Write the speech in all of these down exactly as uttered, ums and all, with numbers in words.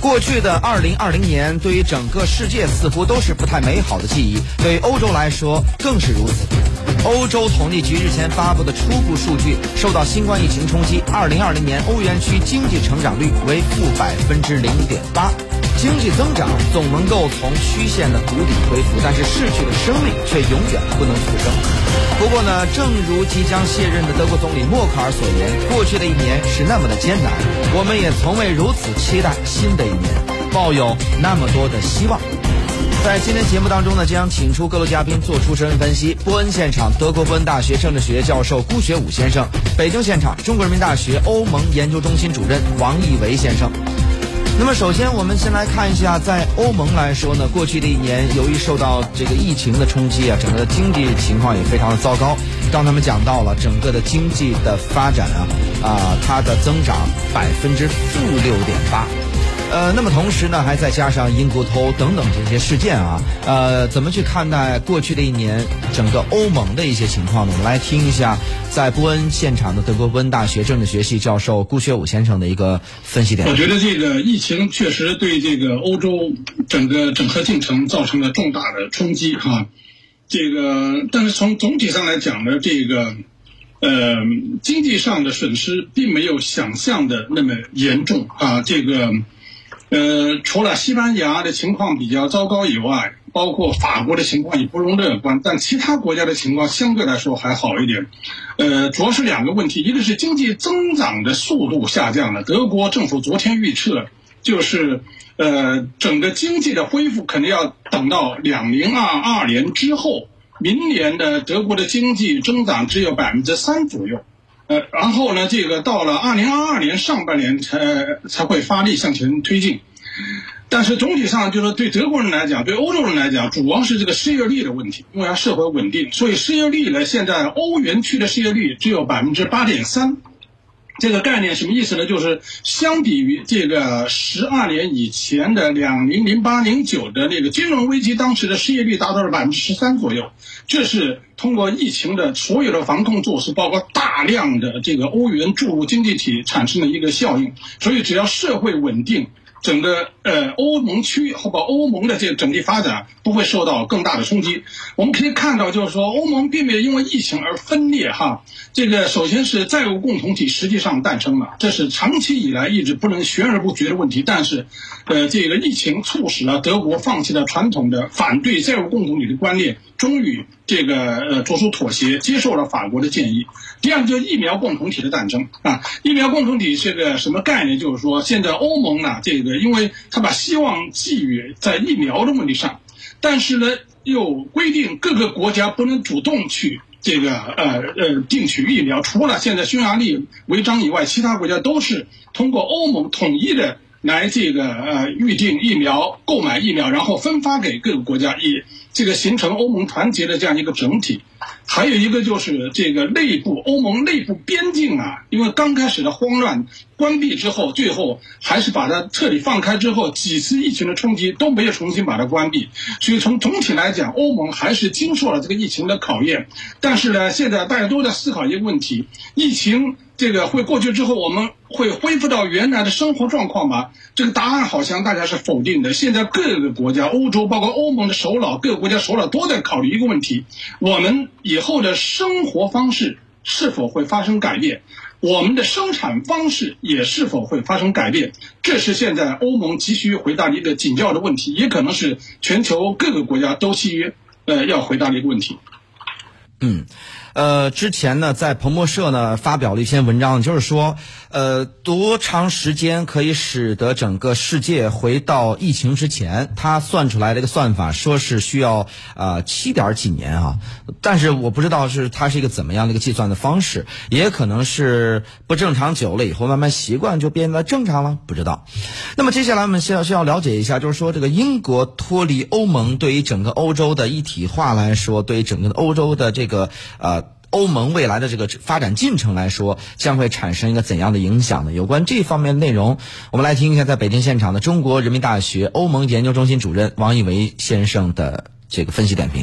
过去的二零二零年对于整个世界似乎都是不太美好的记忆，对于欧洲来说更是如此。欧洲统计局日前发布的初步数据，受到新冠疫情冲击，二零二零年欧元区经济成长率为负百分之零点八，经济增长总能够从曲线的谷底恢复，但是逝去的生命却永远不能复生。不过呢，正如即将卸任的德国总理默克尔所言，过去的一年是那么的艰难，我们也从未如此期待新的一年，抱有那么多的希望。在今天节目当中呢，将请出各路嘉宾做出深入分析。波恩现场，德国波恩大学政治学教授辜学武先生；北京现场，中国人民大学欧盟研究中心主任王毅维先生。那么首先我们先来看一下，在欧盟来说呢，过去的一年由于受到这个疫情的冲击啊，整个的经济情况也非常的糟糕。刚才我们讲到了整个的经济的发展啊，啊，它的增长百分之负六点八。呃，那么同时呢，还再加上英国脱欧等等这些事件啊，呃，怎么去看待过去的一年整个欧盟的一些情况呢？我们来听一下在波恩现场的德国波恩大学政治学系教授辜学武先生的一个分析点。 我觉得这个疫情确实对这个欧洲整个整合进程造成了重大的冲击哈。这个，但是从总体上来讲呢，这个呃经济上的损失并没有想象的那么严重啊。这个。呃，除了西班牙的情况比较糟糕以外，包括法国的情况也不容乐观，但其他国家的情况相对来说还好一点。呃，主要是两个问题，一个是经济增长的速度下降了，德国政府昨天预测就是呃整个经济的恢复可能要等到两零二二年之后，明年的德国的经济增长只有百分之三左右。呃，然后呢，这个到了二零二二年上半年才才会发力向前推进，但是总体上就是对德国人来讲，对欧洲人来讲，主要是这个失业率的问题，因为它社会稳定，所以失业率呢，现在欧元区的失业率只有百分之八点三。这个概念什么意思呢？就是相比于这个十二年以前的两零零八零九的那个金融危机，当时的失业率达到了百分之十三左右。这是通过疫情的所有的防控措施，包括大量的这个欧元注入经济体产生的一个效应。所以只要社会稳定，整个呃欧盟区或者欧盟的这个整体发展不会受到更大的冲击。我们可以看到，就是说欧盟并没有因为疫情而分裂哈。这个首先是债务共同体实际上诞生了，这是长期以来一直不能悬而不决的问题。但是，呃，这个疫情促使了德国放弃了传统的反对债务共同体的观念，终于这个呃做出妥协，接受了法国的建议。第二个就是疫苗共同体的诞生啊，疫苗共同体是个什么概念？就是说现在欧盟呢，这个因为他把希望寄予在疫苗的问题上，但是呢又规定各个国家不能主动去这个呃呃订取疫苗，除了现在匈牙利违章以外，其他国家都是通过欧盟统一的来这个呃预定疫苗、购买疫苗，然后分发给各个国家，以这个形成欧盟团结的这样一个整体。还有一个就是这个内部欧盟内部边境啊，因为刚开始的慌乱关闭之后，最后还是把它彻底放开之后，几次疫情的冲击都没有重新把它关闭，所以从总体来讲，欧盟还是经受了这个疫情的考验。但是呢，现在大家都在思考一个问题：疫情这个会过去之后，我们会恢复到原来的生活状况吗？这个答案好像大家是否定的。现在各个国家，欧洲包括欧盟的首脑，各个国家首脑都在考虑一个问题：我们以后的生活方式是否会发生改变？我们的生产方式也是否会发生改变？这是现在欧盟急需回答的一个紧要的问题，也可能是全球各个国家都急呃要回答的一个问题。 嗯，呃，之前呢，在彭博社呢发表了一篇文章，就是说，呃，多长时间可以使得整个世界回到疫情之前？他算出来的一个算法，说是需要啊七点几年啊，但是我不知道是它是一个怎么样的一个计算的方式，也可能是不正常久了以后慢慢习惯就变得正常了，不知道。那么接下来我们需要需要了解一下，就是说这个英国脱离欧盟对于整个欧洲的一体化来说，对于整个欧洲的这个这个呃欧盟未来的这个发展进程来说，将会产生一个怎样的影响呢？有关这方面的内容，我们来听一下在北京现场的中国人民大学欧盟研究中心主任王毅维先生的这个分析点评。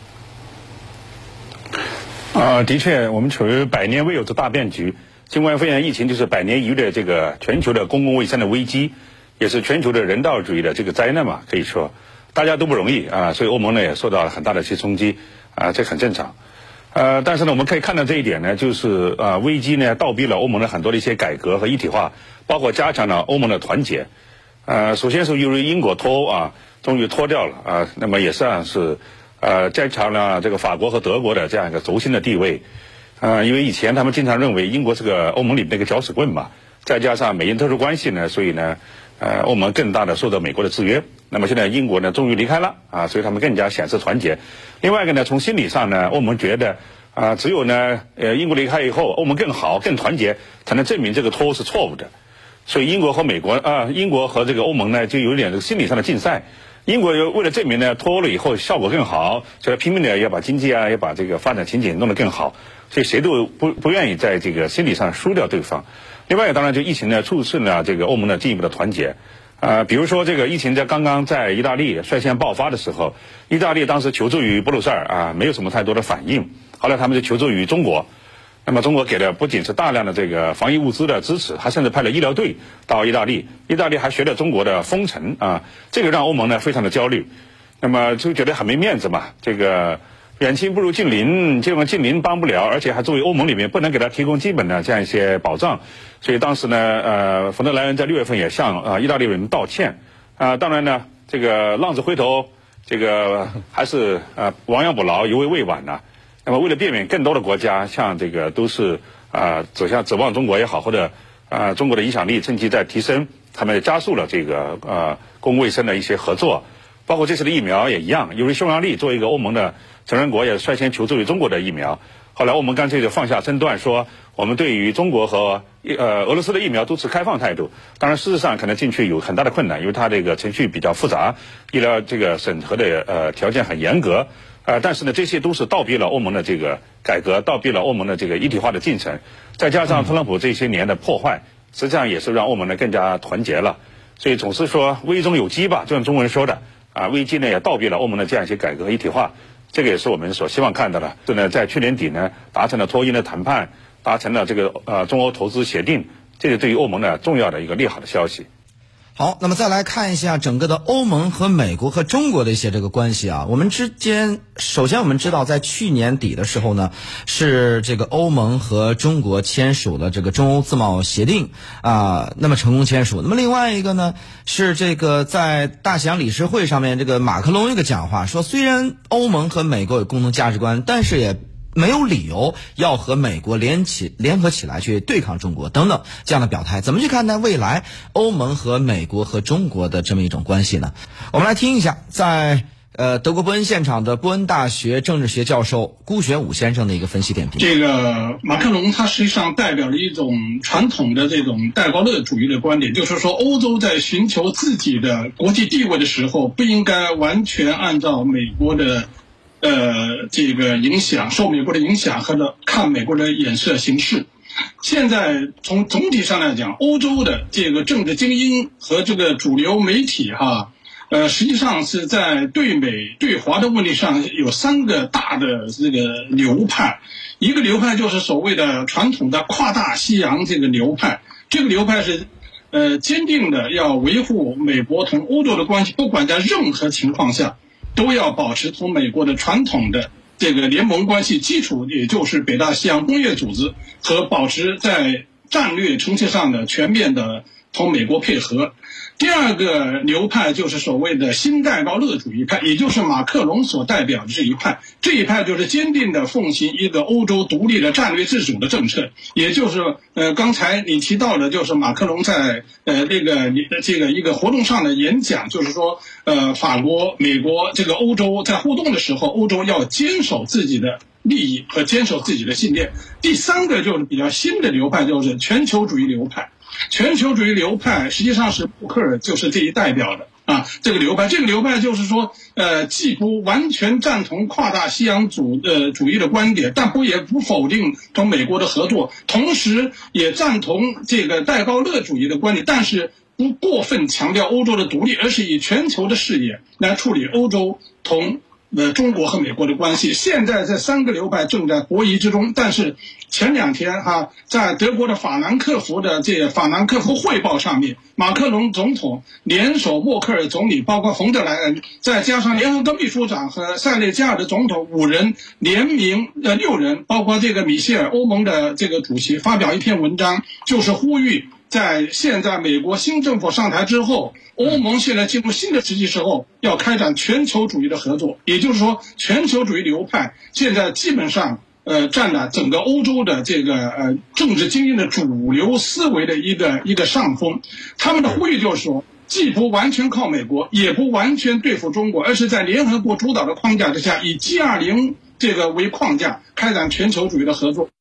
啊、呃，的确，我们处于百年未有的大变局。新冠肺炎疫情就是百年一遇的这个全球的公共卫生的危机。 也是全球的人道主义的这个灾难嘛，可以说大家都不容易啊，所以欧盟呢也受到了很大的一些冲击啊，这很正常。呃，但是呢，我们可以看到这一点呢，就是啊，危机呢倒逼了欧盟的很多的一些改革和一体化，包括加强了欧盟的团结。呃，首先是由于英国脱欧啊，终于脱掉了啊，那么也算是呃加强了这个法国和德国的这样一个轴心的地位。呃，因为以前他们经常认为英国是个欧盟里面的一个搅屎棍嘛，再加上美英特殊关系呢，所以呢，呃，欧盟更大的受到美国的制约。那么现在英国呢终于离开了啊，所以他们更加显示团结。另外一个呢，从心理上呢，欧盟觉得啊，只有呢，呃，英国离开以后，欧盟更好、更团结，才能证明这个脱欧是错误的。所以英国和美国啊，英国和这个欧盟呢，就有点这个心理上的竞赛。英国为了证明呢，脱欧了以后效果更好，所以拼命的要把经济啊，要把这个发展前景弄得更好。所以谁都不不愿意在这个心理上输掉对方。另外，当然就疫情呢，促使了这个欧盟的进一步的团结。呃，比如说这个疫情在刚刚在意大利率先爆发的时候，意大利当时求助于布鲁塞尔啊，没有什么太多的反应。后来他们就求助于中国，那么中国给的不仅是大量的这个防疫物资的支持，还甚至派了医疗队到意大利，意大利还学了中国的封城啊，这个让欧盟呢非常的焦虑，那么就觉得很没面子嘛，这个远亲不如近邻，这种近邻帮不了，而且还作为欧盟里面不能给他提供基本的这样一些保障，所以当时呢，呃，冯德莱恩在六月份也向啊、呃、意大利人道歉啊、呃，当然呢，这个浪子回头，这个还是呃亡羊补牢，犹未未晚呢。那么为了避免更多的国家像这个都是啊、呃、走向指望中国也好，或者啊、呃、中国的影响力趁机在提升，他们也加速了这个呃公共卫生的一些合作，包括这次的疫苗也一样，由于匈牙利作为一个欧盟的成员国，也率先求助于中国的疫苗。后来我们干脆就放下身段，说我们对于中国和呃俄罗斯的疫苗都持开放态度。当然，事实上可能进去有很大的困难，因为它这个程序比较复杂，医疗这个审核的呃条件很严格。呃，但是呢，这些都是倒逼了欧盟的这个改革，倒逼了欧盟的这个一体化的进程。再加上特朗普这些年的破坏，实际上也是让欧盟呢更加团结了。所以总是说危中有机吧，就像中文说的啊，危机呢也倒逼了欧盟的这样一些改革和一体化。这个也是我们所希望看到的。这呢，在去年底呢，达成了脱英的谈判，达成了这个呃中欧投资协定，这是对于欧盟呢重要的一个利好的消息。 好，那么再来看一下整个的欧盟和美国和中国的一些这个关系啊。我们之间，首先我们知道，在去年底的时候呢，是这个欧盟和中国签署了这个中欧自贸协定啊，那么成功签署。那么另外一个呢，是这个在大西洋理事会上面，这个马克龙一个讲话说，虽然欧盟和美国有共同价值观，但是也没有理由要和美国联起联合起来去对抗中国等等这样的表态，怎么去看待未来欧盟和美国和中国的这么一种关系呢？我们来听一下，在呃德国波恩现场的波恩大学政治学教授辜学武先生的一个分析点评。 这个马克龙他实际上代表了一种传统的这种戴高乐主义的观点，就是说欧洲在寻求自己的国际地位的时候，不应该完全按照美国的呃，这个影响，受美国的影响和的看美国的眼色行事。现在从总体上来讲，欧洲的这个政治精英和这个主流媒体哈，呃，实际上是在对美对华的问题上有三个大的这个流派。一个流派就是所谓的传统的跨大西洋这个流派，这个流派是呃坚定的要维护美国同欧洲的关系，不管在任何情况下都要保持同美国的传统的这个联盟关系基础，也就是北大西洋工业组织，和保持在战略层次上的全面的同美国配合。第二个流派就是所谓的新戴高乐主义派，也就是马克龙所代表的这一派。这一派就是坚定的奉行一个欧洲独立的战略自主的政策，也就是呃刚才你提到的，就是马克龙在呃那个这个一个活动上的演讲，就是说呃法国、美国这个欧洲在互动的时候，欧洲要坚守自己的利益和坚守自己的信念。第三个就是比较新的流派，就是全球主义流派。全球主义流派实际上是布克尔就是这一代表的啊，这个流派，这个流派就是说，呃，既不完全赞同跨大西洋主呃主义的观点，但不也不否定同美国的合作，同时也赞同这个戴高乐主义的观点，但是不过分强调欧洲的独立，而是以全球的视野来处理欧洲同呃中国和美国的关系。现在这三个流派正在博弈之中，但是前两天哈，在德国的法兰克福的这个法兰克福汇报上面，马克龙总统联手默克尔总理，包括冯德莱恩，再加上联合国秘书长和塞内加尔的总统五人联名呃六人，包括这个米歇尔欧盟的这个主席发表一篇文章，就是呼吁在现在美国新政府上台之后，欧盟现在进入新的时期时候，要开展全球主义的合作，也就是说，全球主义流派现在基本上呃占了整个欧洲的这个呃政治精英的主流思维的一个一个上风。他们的呼吁就是说，既不完全靠美国，也不完全对付中国，而是在联合国主导的框架之下，以 G 二十 这个为框架，开展全球主义的合作。